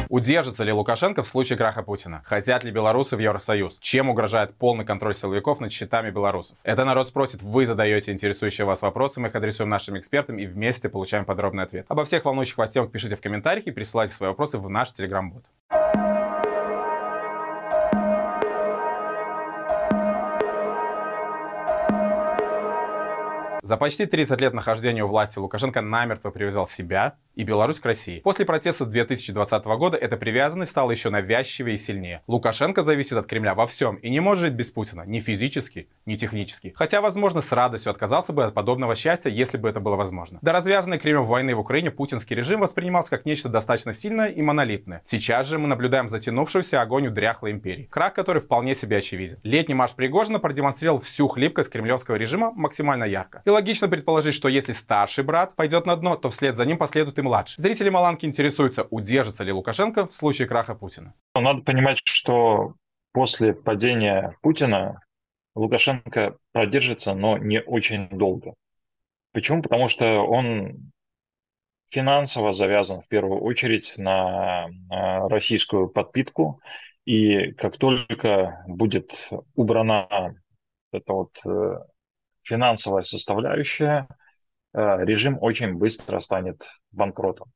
Удержится ли Лукашенко в случае краха Путина? Хотят ли белорусы в Евросоюз? Чем угрожает полный контроль силовиков над счетами белорусов? Это народ спросит, вы задаете интересующие вас вопросы, мы их адресуем нашим экспертам и вместе получаем подробный ответ. Обо всех волнующих вас темах пишите в комментариях и присылайте свои вопросы в наш телеграм-бот. За почти 30 лет нахождения у власти Лукашенко намертво привязал себя и Беларусь к России. После протестов 2020 года эта привязанность стала еще навязчивее и сильнее. Лукашенко зависит от Кремля во всем и не может жить без Путина ни физически, ни технически. Хотя, возможно, с радостью отказался бы от подобного счастья, если бы это было возможно. До развязанной Кремлем войны в Украине путинский режим воспринимался как нечто достаточно сильное и монолитное. Сейчас же мы наблюдаем затянувшийся огонь у дряхлой империи, крах который вполне себе очевиден. Летний марш Пригожина продемонстрировал всю хлипкость кремлевского режима максимально ярко. И логично предположить, что если старший брат пойдет на дно, то вслед за ним последует и младший. Зрители Маланки интересуются, удержится ли Лукашенко в случае краха Путина. Надо понимать, что после падения Путина Лукашенко продержится, но не очень долго. Почему? Потому что он финансово завязан в первую очередь на российскую подпитку. И как только будет убрана эта финансовая составляющая, режим очень быстро станет банкротом.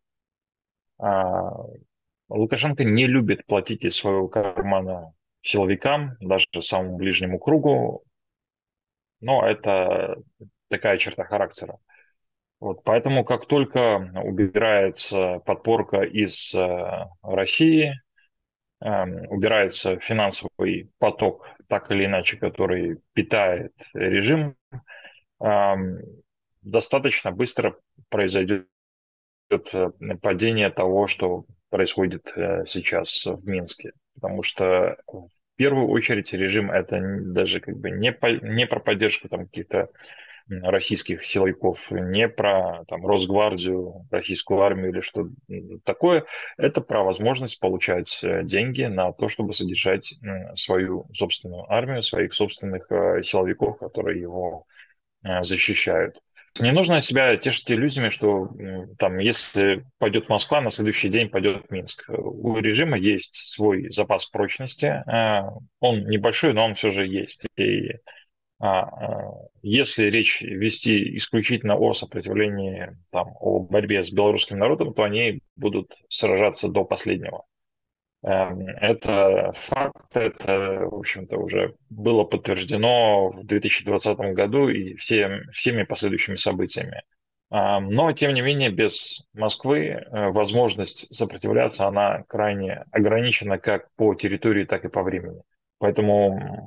Лукашенко не любит платить из своего кармана силовикам, даже самому ближнему кругу, но это такая черта характера. Поэтому как только убирается подпорка из России, убирается финансовый поток, так или иначе, который питает режим, достаточно быстро произойдет падение того, что происходит сейчас в Минске. Потому что в первую очередь режим это даже не про поддержку каких-то российских силовиков, не про Росгвардию, российскую армию или что такое. Это про возможность получать деньги на то, чтобы содержать свою собственную армию, своих собственных силовиков, которые его защищают. Не нужно себя тешить иллюзиями, что если пойдет Москва, на следующий день пойдет Минск. У режима есть свой запас прочности. Он небольшой, но он все же есть. И если речь вести исключительно о сопротивлении, о борьбе с белорусским народом, то они будут сражаться до последнего. Это факт, это, в общем-то, уже было подтверждено в 2020 году и всеми последующими событиями. Но, тем не менее, без Москвы возможность сопротивляться, она крайне ограничена как по территории, так и по времени. Поэтому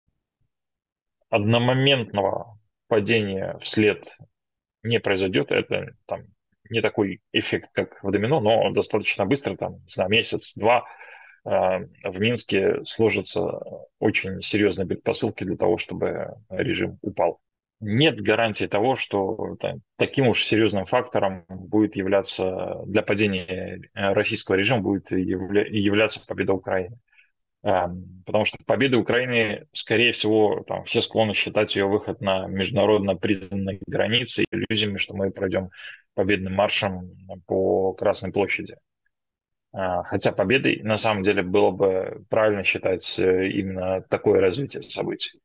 одномоментного падения вслед не произойдет. Это не такой эффект, как в домино, но достаточно быстро, не знаю, месяц-два, в Минске сложатся очень серьезные предпосылки для того, чтобы режим упал. Нет гарантии того, что таким уж серьезным фактором будет являться для падения российского режима будет являться победа Украины. Потому что победа Украины, скорее всего, все склонны считать ее выход на международно признанные границы иллюзиями, что мы пройдем победным маршем по Красной площади. Хотя победой на самом деле было бы правильно считать именно такое развитие событий.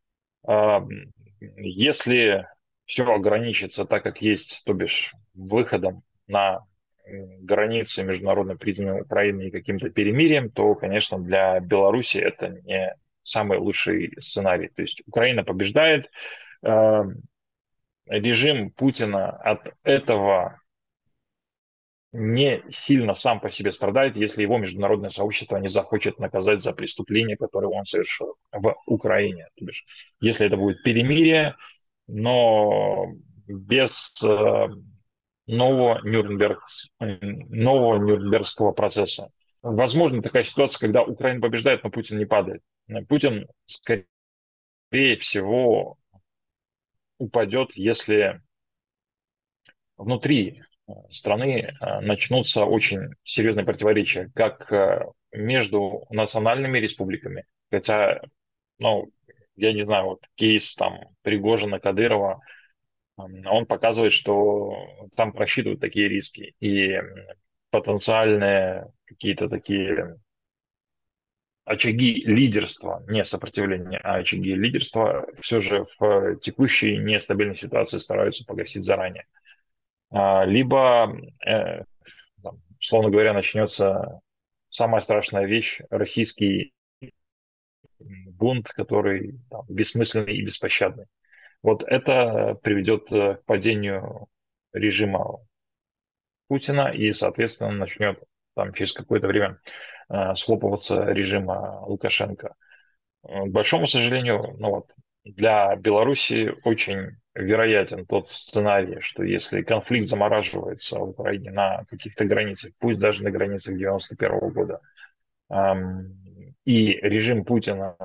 Если все ограничится так, как есть, то бишь выходом на границы международно признанной Украины и каким-то перемирием, то, конечно, для Беларуси это не самый лучший сценарий. То есть Украина побеждает, режим Путина от этого не сильно сам по себе страдает, если его международное сообщество не захочет наказать за преступления, которые он совершил в Украине. То бишь, если это будет перемирие, но без нового Нюрнбергского процесса. Возможно такая ситуация, когда Украина побеждает, но Путин не падает. Путин, скорее всего, упадет, если внутри страны начнутся очень серьезные противоречия, как между национальными республиками, хотя, я не знаю, кейс Пригожина, Кадырова, он показывает, что там просчитывают такие риски. И потенциальные какие-то такие очаги лидерства, не сопротивления, а очаги лидерства все же в текущей нестабильной ситуации стараются погасить заранее. Либо, условно говоря, начнется самая страшная вещь — российский бунт, который там бессмысленный и беспощадный. Вот это приведет к падению режима Путина и, соответственно, начнет там через какое-то время схлопываться режима Лукашенко. К большому сожалению, ну вот, для Беларуси очень вероятен тот сценарий, что если конфликт замораживается в Украине на каких-то границах, пусть даже на границах 91 года, и режим Путина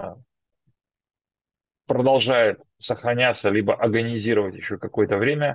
продолжает сохраняться, либо агонизировать еще какое-то время,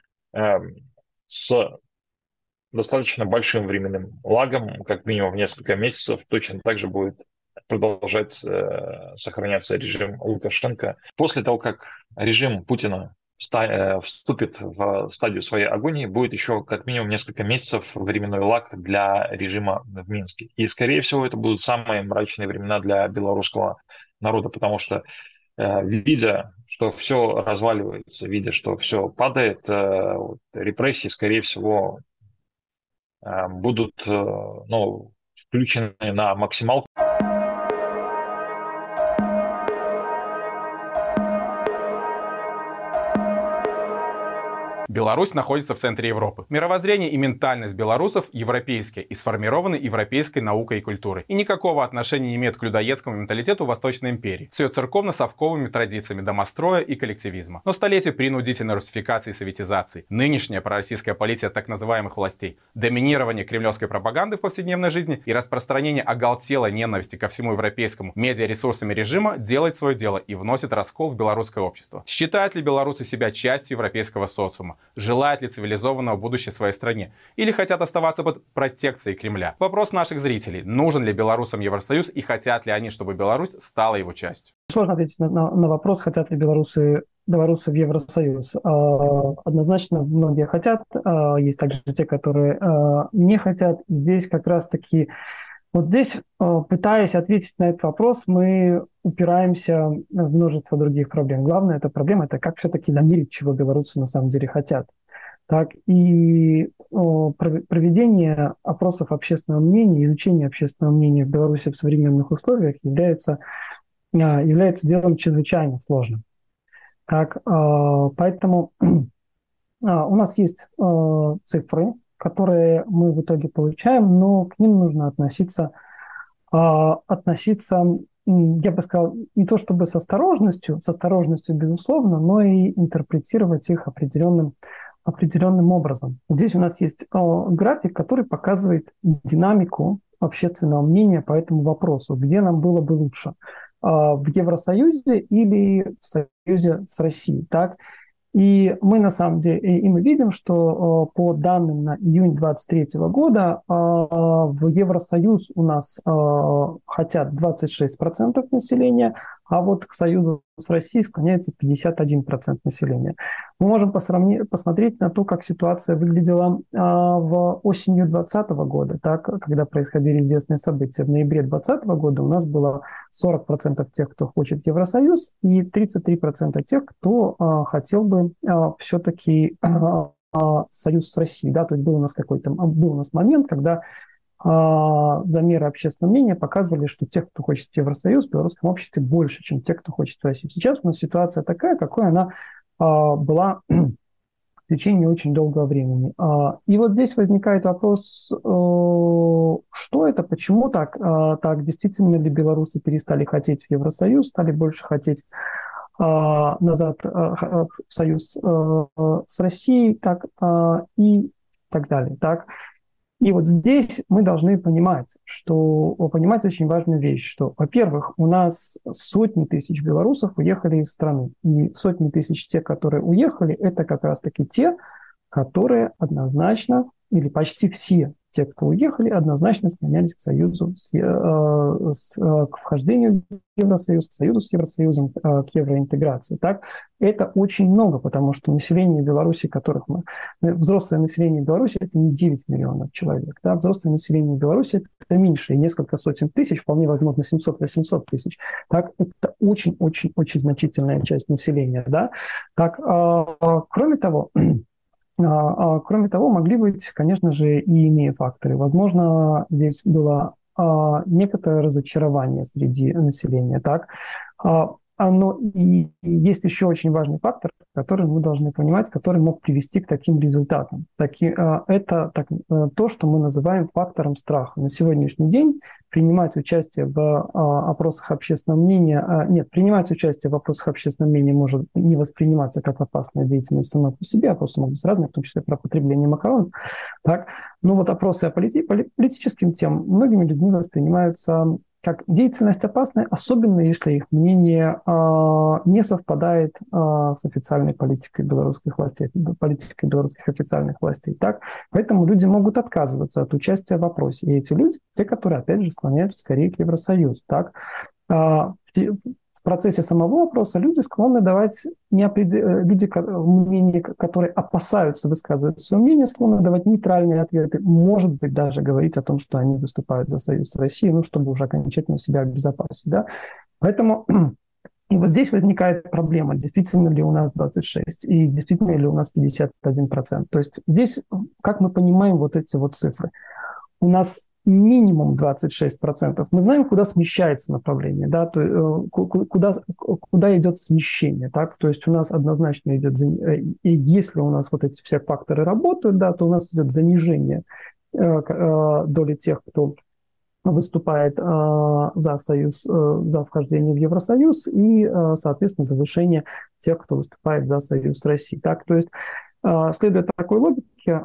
с достаточно большим временным лагом, как минимум в несколько месяцев, точно так же будет продолжать сохраняться режим Лукашенко. После того, как режим Путина вступит в стадию своей агонии, будет еще как минимум несколько месяцев временной лаг для режима в Минске. И, скорее всего, это будут самые мрачные времена для белорусского народа, потому что видя, что все разваливается, видя, что все падает, репрессии, скорее всего, будут ну, включены на максималку. Беларусь находится в центре Европы. Мировоззрение и ментальность белорусов европейские и сформированы европейской наукой и культурой. И никакого отношения не имеют к людоедскому менталитету Восточной империи с ее церковно-совковыми традициями домостроя и коллективизма. Но столетия принудительной русификации и советизации, нынешняя пророссийская политика так называемых властей, доминирование кремлевской пропаганды в повседневной жизни и распространение оголтелой ненависти ко всему европейскому медиаресурсами режима делает свое дело и вносит раскол в белорусское общество. Считают ли белорусы себя частью европейского социума? Желают ли цивилизованного будущего своей стране? Или хотят оставаться под протекцией Кремля? Вопрос наших зрителей. Нужен ли белорусам Евросоюз и хотят ли они, чтобы Беларусь стала его частью? Сложно ответить на вопрос, хотят ли белорусы в Евросоюз. Однозначно многие хотят. Есть также те, которые не хотят. Здесь как раз-таки, вот здесь, пытаясь ответить на этот вопрос, мы упираемся в множество других проблем. Главная эта проблема — это как все-таки замерить, чего белорусы на самом деле хотят. Так, и проведение опросов общественного мнения, изучение общественного мнения в Беларуси в современных условиях является делом чрезвычайно сложным. Так, поэтому у нас есть цифры, которые мы в итоге получаем, но к ним нужно относиться, я бы сказал, не то чтобы с осторожностью, безусловно, но и интерпретировать их определенным образом. Здесь у нас есть график, который показывает динамику общественного мнения по этому вопросу, где нам было бы лучше, в Евросоюзе или в союзе с Россией. Так? И мы на самом деле мы видим, что по данным на июнь 2023 года в Евросоюз у нас хотят 26% населения, а вот к союзу с Россией склоняется 51% населения. Мы можем посмотреть на то, как ситуация выглядела в осенью 2020 года, так, когда происходили известные события. В ноябре 2020 года у нас было 40% тех, кто хочет Евросоюз, и 33% тех, кто хотел бы все-таки союз с Россией. Да? То есть был у нас момент, когда замеры общественного мнения показывали, что тех, кто хочет в Евросоюз, в белорусском обществе больше, чем тех, кто хочет в Россию. Сейчас у нас ситуация такая, какой она была в течение очень долгого времени. И вот здесь возникает вопрос, что это, почему так? Так, действительно ли белорусы перестали хотеть в Евросоюз, стали больше хотеть назад в союз с Россией, так, и так далее. Так. И вот здесь мы должны понимать очень важную вещь, что, во-первых, у нас сотни тысяч белорусов уехали из страны. И сотни тысяч тех, которые уехали, это как раз-таки те, которые однозначно или почти все те, кто уехали, однозначно склонялись к союзу, к вхождению в Евросоюз, к союзу с Евросоюзом, к евроинтеграции. Так? Это очень много, потому что население Беларуси, взрослое население Беларуси, это не 9 миллионов человек. Да? Взрослое население Беларуси это меньше, несколько сотен тысяч, вполне возможно 700-800 тысяч. Так? Это очень-очень-очень значительная часть населения. Да? Так, кроме того, могли быть, конечно же, и иные факторы. Возможно, здесь было некоторое разочарование среди населения. Так? Но и есть еще очень важный фактор, который мы должны понимать, который мог привести к таким результатам. Это то, что мы называем фактором страха. На сегодняшний день принимать участие в опросах общественного мнения, принимать участие в опросах общественного мнения может не восприниматься как опасная деятельность сама по себе, опросы могут быть разные, в том числе про потребление макарон. Так? Но вот опросы о политическим темам многими людьми воспринимаются как деятельность опасная, особенно если их мнение не совпадает с официальной политикой белорусских властей, политикой белорусских официальных властей. Так? Поэтому люди могут отказываться от участия в опросе. И эти люди, те, которые, опять же, склоняются скорее к Евросоюзу. Так? В процессе самого опроса люди склонны давать мнения, которые опасаются высказывать свое мнение, склонны давать нейтральные ответы, может быть, даже говорить о том, что они выступают за союз с Россией, чтобы уже окончательно себя обезопасить. Да? Поэтому и вот здесь возникает проблема, действительно ли у нас 26 и действительно ли у нас 51%. То есть здесь, как мы понимаем вот эти вот цифры, у нас минимум 26%. Мы знаем, куда смещается направление, да, куда идет смещение. Так? То есть у нас однозначно идет, и если у нас вот эти все факторы работают, да, то у нас идет занижение доли тех, кто выступает за союз, за вхождение в Евросоюз, и, соответственно, завышение тех, кто выступает за союз с Россией. Так? То есть, следуя такой логике,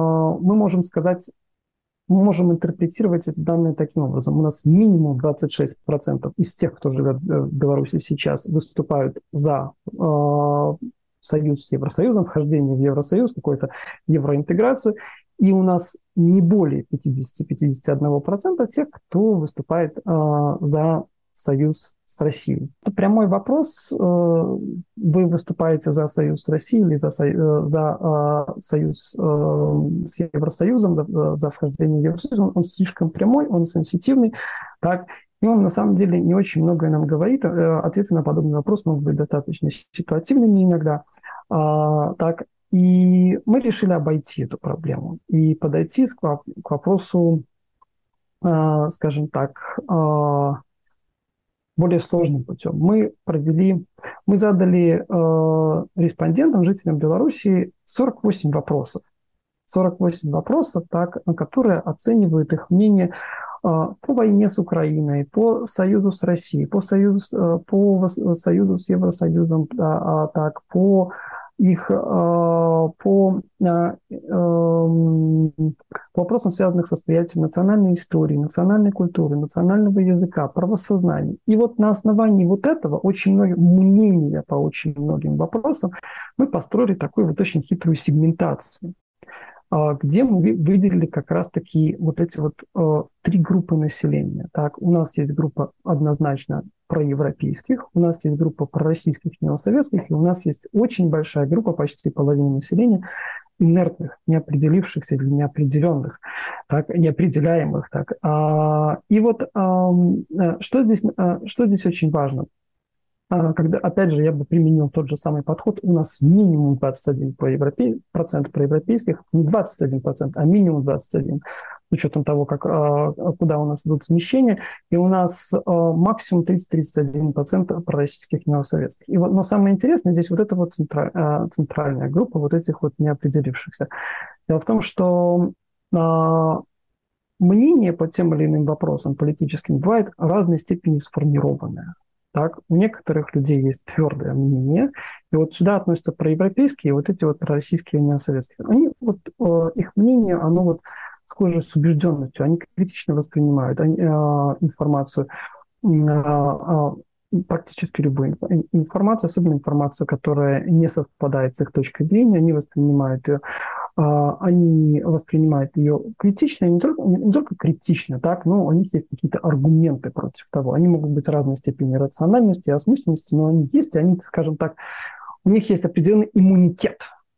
мы можем интерпретировать эти данные таким образом. У нас минимум 26% из тех, кто живет в Беларуси сейчас, выступают за союз с Евросоюзом, вхождение в Евросоюз, какую-то евроинтеграцию. И у нас не более 50-51% тех, кто выступает за союз с Россией. Это прямой вопрос. Вы выступаете за союз с Россией или за союз с Евросоюзом, за вхождение в Евросоюз? Он слишком прямой, он сенситивный. Так? И он на самом деле не очень многое нам говорит. Ответы на подобный вопрос могут быть достаточно ситуативными иногда. Так? И мы решили обойти эту проблему и подойти к вопросу, скажем так, более сложным путем. Мы задали респондентам, жителям Беларуси 48 вопросов. 48 вопросов, так, которые оценивают их мнение по войне с Украиной, по союзу с Россией, по союзу с Евросоюзом, так, по вопросам, связанных со восприятием национальной истории, национальной культуры, национального языка, правосознания. И вот на основании вот этого очень много мнения по очень многим вопросам мы построили такую вот очень хитрую сегментацию, где мы выделили как раз-таки вот эти вот три группы населения. Так, у нас есть группа однозначно проевропейских, у нас есть группа пророссийских, неосоветских, и у нас есть очень большая группа, почти половина населения, инертных, неопределившихся или неопределенных, так, неопределяемых. Так. И вот что здесь очень важно? Когда, опять же, я бы применил тот же самый подход, у нас минимум 21% проевропейских, не 21%, а минимум 21%, с учетом того, куда у нас идут смещения, и у нас максимум 30-31% пророссийских неосоветских. Но самое интересное здесь вот эта вот центральная группа вот этих вот неопределившихся. Дело в том, что мнение по тем или иным вопросам политическим бывает разной степени сформированное. Так, у некоторых людей есть твердое мнение, и вот сюда относятся проевропейские, вот эти вот пророссийские и неосоветские. Их мнение, оно вот схоже с убежденностью, они критично воспринимают информацию, практически любую информацию, особенно информацию, которая не совпадает с их точкой зрения, они воспринимают ее они воспринимают ее критично, не только критично, так, но у них есть какие-то аргументы против того. Они могут быть разной степени рациональности и осмысленности, но они есть, и они, скажем так, у них есть определенный иммунитет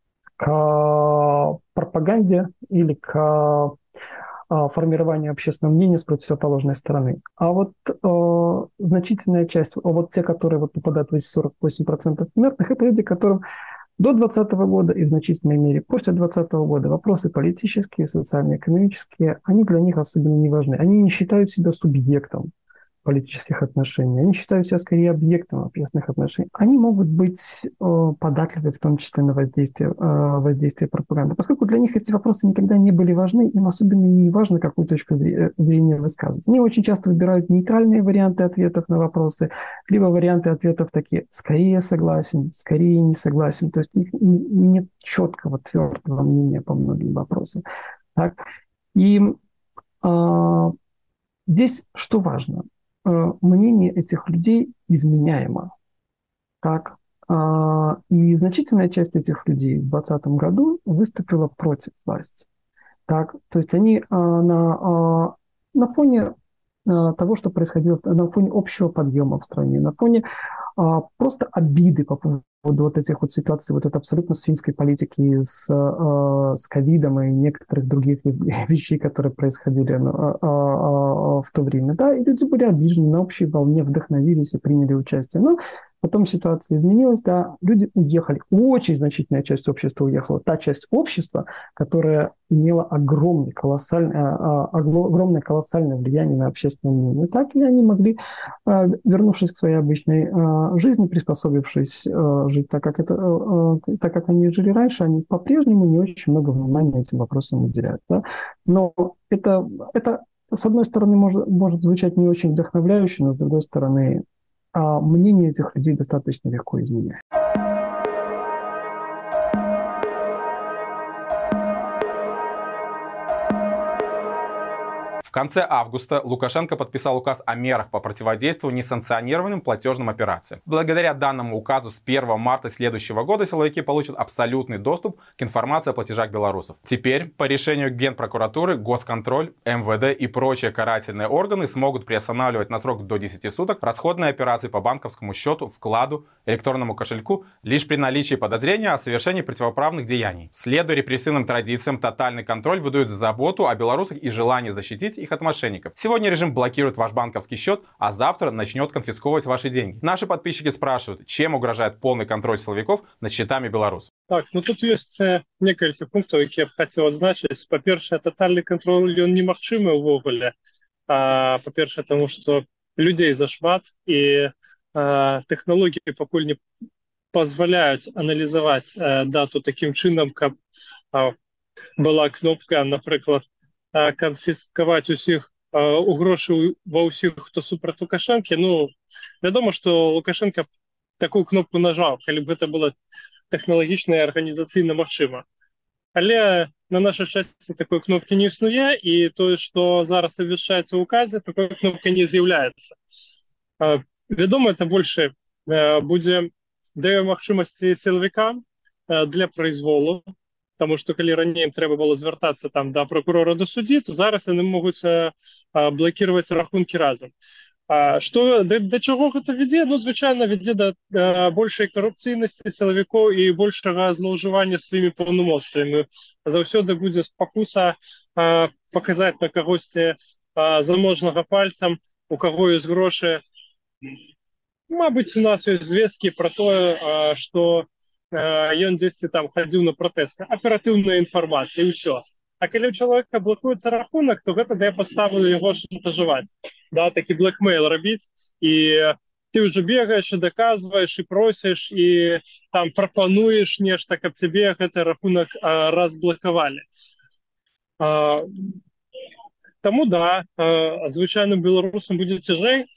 к пропаганде или к формированию общественного мнения с противоположной стороны. А вот значительная часть, вот те, которые вот попадают в эти 48% смертных, это люди, которым до 2020 года и в значительной мере после 2020 года вопросы политические, социально-экономические, они для них особенно не важны. Они не считают себя субъектом политических отношений. Они считают себя скорее объектом общественных отношений. Они могут быть податливы, в том числе на воздействие пропаганды. Поскольку для них эти вопросы никогда не были важны, им особенно не важно, какую точку зрения высказывать. Они очень часто выбирают нейтральные варианты ответов на вопросы, либо варианты ответов такие: скорее согласен, скорее не согласен. То есть у них нет четкого, твердого мнения по многим вопросам. Так? И здесь что важно? Мнение этих людей изменяемо. Так? И значительная часть этих людей в 2020 году выступила против власти. Так? То есть они на фоне того, что происходило, на фоне общего подъема в стране, на фоне просто обиды по поводу вот этих вот ситуаций, вот этой абсолютно свинской политики с ковидом и некоторых других вещей, которые происходили в то время. Да, и люди были обижены, на общей волне вдохновились и приняли участие. Но потом ситуация изменилась, да, люди уехали. Очень значительная часть общества уехала. Та часть общества, которая имела огромное колоссальное влияние на общественное мнение. Так ли они могли, вернувшись к своей обычной жизни, приспособившись жить так, как они жили раньше, они по-прежнему не очень много внимания этим вопросам уделяют. Да? Но это с одной стороны может звучать не очень вдохновляюще, но с другой стороны мнение этих людей достаточно легко изменять. В конце августа Лукашенко подписал указ о мерах по противодействию несанкционированным платежным операциям. Благодаря данному указу с 1 марта следующего года силовики получат абсолютный доступ к информации о платежах белорусов. Теперь, по решению Генпрокуратуры, Госконтроль, МВД и прочие карательные органы смогут приостанавливать на срок до 10 суток расходные операции по банковскому счету, вкладу, электронному кошельку лишь при наличии подозрения о совершении противоправных деяний. Следуя репрессивным традициям, тотальный контроль выдает заботу о белорусах и желание защитить их от мошенников. Сегодня режим блокирует ваш банковский счет, а завтра начнет конфисковывать ваши деньги. Наши подписчики спрашивают, чем угрожает полный контроль силовиков над счетами белорусов. Так, ну тут есть некалькі пунктаў, які я б хацеў адзначыць. Па-першае, тотальны кантроль ён немагчымы ўвогуле. Па-першае, таму што людзей зашмат і тэхналогіі пакуль не пазваляюць аналізаваць дату такім чынам, каб была кнопка, напрыклад, канфіскаваць усіх у грошы ва ўсіх, хто супраць Лукашэнкі. Ну, вядома, што Лукашенко такую кнопку нажаў, калі б гэта было тэхналагічна і арганізацыйна магчыма. Але на наше шчасце такой кнопкі не існуе, і тое, што зараз абвяшчаецца ў указе, такой кнопкай не з'яўляецца. Вядома, это больше будзе дае магчымасці сілавікам для произволу, тому што калі раней ім трэба было звяртацца там да прокурора, да суддзі, то зараз яны могуць блакіраваць рахункі разам. Да чаго гэта вядзе? Ну, звычайна вядзе да большай карупцыйнасці сілавікоў і большага злоўжывання сваімі паўнамоцтвамі. Заўсёды будзе спакуса паказаць на кагосьці заможнага пальцам, у каго ёсць грошы. Мабыць, у нас ёсць звесткі пра тое, што ён дзесьці там хадзіў на пратэсты. Аператыўная інфармацыя, і ўсё. А калі у чалавека блокуецца рахунак, то гэта дае падставу яго шантажаваць. Да, такі блэкмейл рабіць, і ты ўжо бегаеш і даказваеш, і просіш, і там прапануеш нешта, каб цябе гэты рахунак разблакавалі. Таму, да, звычайным беларусам будзе цяжэй,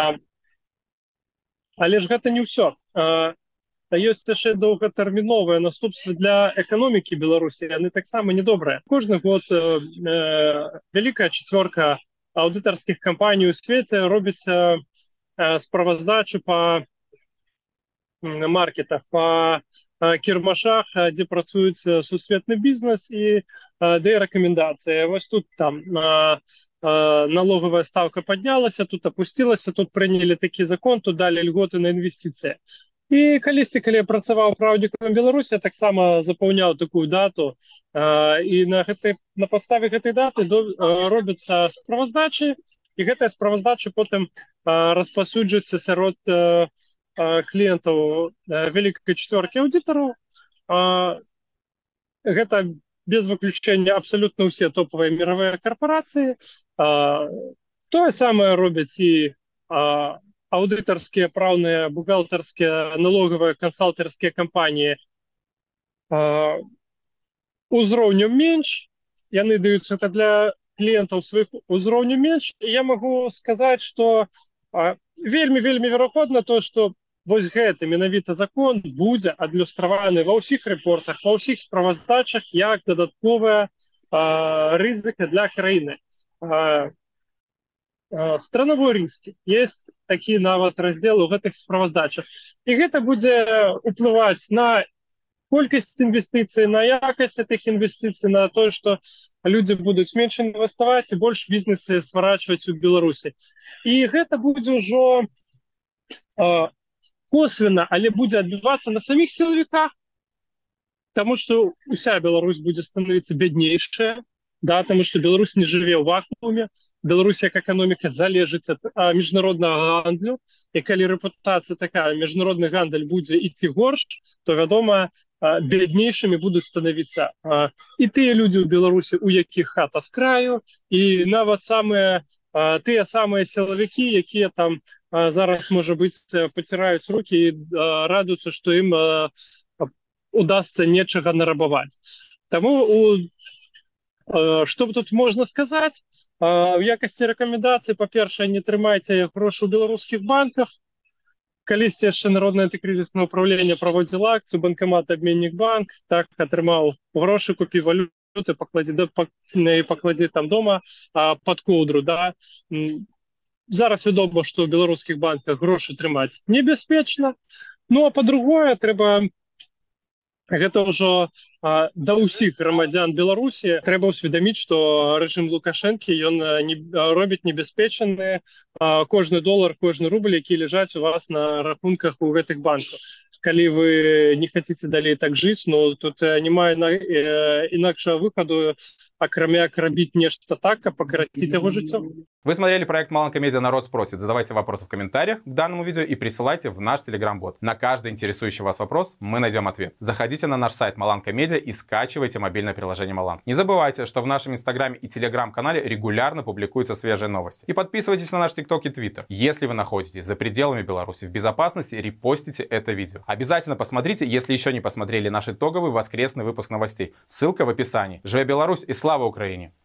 але ж гэта не ўсё. Ёсць яшчэ доўгатэрміновыя наступствы для эканомікі Беларусі, яны таксама недобрыя. Кожны год вялікая чацвёрка аўдытарскіх кампаній у свеце робіць справаздачу па маркетах, па кірмашах, дзе працуюць сусветны бізнес і дае рэкамендацыі. Вось тут там налоговая ставка паднялася, тут опусцілася, тут прынялі такі закон, тут далі льготы на інвестыцыі. І калісьці, калі я працаваў праўднікам Беларусі, я таксама запаўняў такую дату, і на падставе гэтай даты робяцца справаздачы, і гэтыя справаздачы потым распасуджваюцца сярод кліентаў вялікай чацвёркі аўдытараў. Гэта без выключэння абсалютна ўсе топавыя мировыя карпорацыі. Тое самае робяць і аўдытарскія, праўныя, бухгалтарскія, налоговыя, кансалтарскія кампаніі. Узроўнем менш, яны даюць гэта для кліентаў сваіх узроўню менш. І я магу сказаць, што вельмі верагодна то, што вось гэты менавіта закон будзе адлюстраваны ва ўсіх рэпортах, ва ўсіх справаздачах як дадатковая рызыка для краіны. Страновой риски. Есть такие нават раздзелы ў гэтых справаздачах. І гэта будзе уплываць на колькасць інвестыцый, на якасць этих інвестыцый, на то, што людзі будуць менш інвеставаць і больш бізнесы сварачваць у Беларусі. І гэта будзе ўжо косвенно, але будзе адбывацца на самих силовиках, потому что уся Беларусь будет становиться беднейшая, да, потому что Беларусь не жыве ў вакууме, Беларусь как экономика залежыць ад міжнароднага гандлю, і калі рэпутацыя такая, міжнародны гандаль будзе ідці горш, то, вядома, беднейшымі будуць становіцца і тыя людзі ў Беларусі, у якіх хата з краю, і нават тыя самыя сілавікі, якія там зараз, можа быць, паціраюць рукі і радуюцца, што ім удасца нечага нарабаваць. Таму што тут можна сказаць? У якасці рэкамендацый, па-першае, не трымайце грошы ў беларускіх банках. Калісьці яшчэ Народнае антыкрызіснае ўпраўленне праводзіла акцыю банкамат абменнік банк, так атрымаў грошы, купі валюты, пакладзі там дома пад коўдру, да. Зараз вядома, што ў беларускіх банках грошы трымаць небяспечна. Ну, а па-другое, трэба гэта ўжо да ўсіх грамадзян Беларусі трэба ўсведаміць, што рэжым Лукашэнкі ён робіць небяспечны кожны долар, кожны рубль, які ляжаць у вас на рахунках у гэтых банках. Калі вы не хацеце далей так жыць, ну тут няма інакшага выхаду, акрамя як рабіць нешта так, каб пакараціць яго жыццё. Вы смотрели проект Маланка Медиа «Народ спросит». Задавайте вопросы в комментариях к данному видео и присылайте в наш телеграм-бот. На каждый интересующий вас вопрос мы найдем ответ. Заходите на наш сайт Маланка Медиа и скачивайте мобильное приложение Маланк. Не забывайте, что в нашем инстаграме и телеграм-канале регулярно публикуются свежие новости. И подписывайтесь на наш тикток и твиттер. Если вы находитесь за пределами Беларуси в безопасности, репостите это видео. Обязательно посмотрите, если еще не посмотрели наш итоговый воскресный выпуск новостей. Ссылка в описании. Живе Беларусь и слава Украине!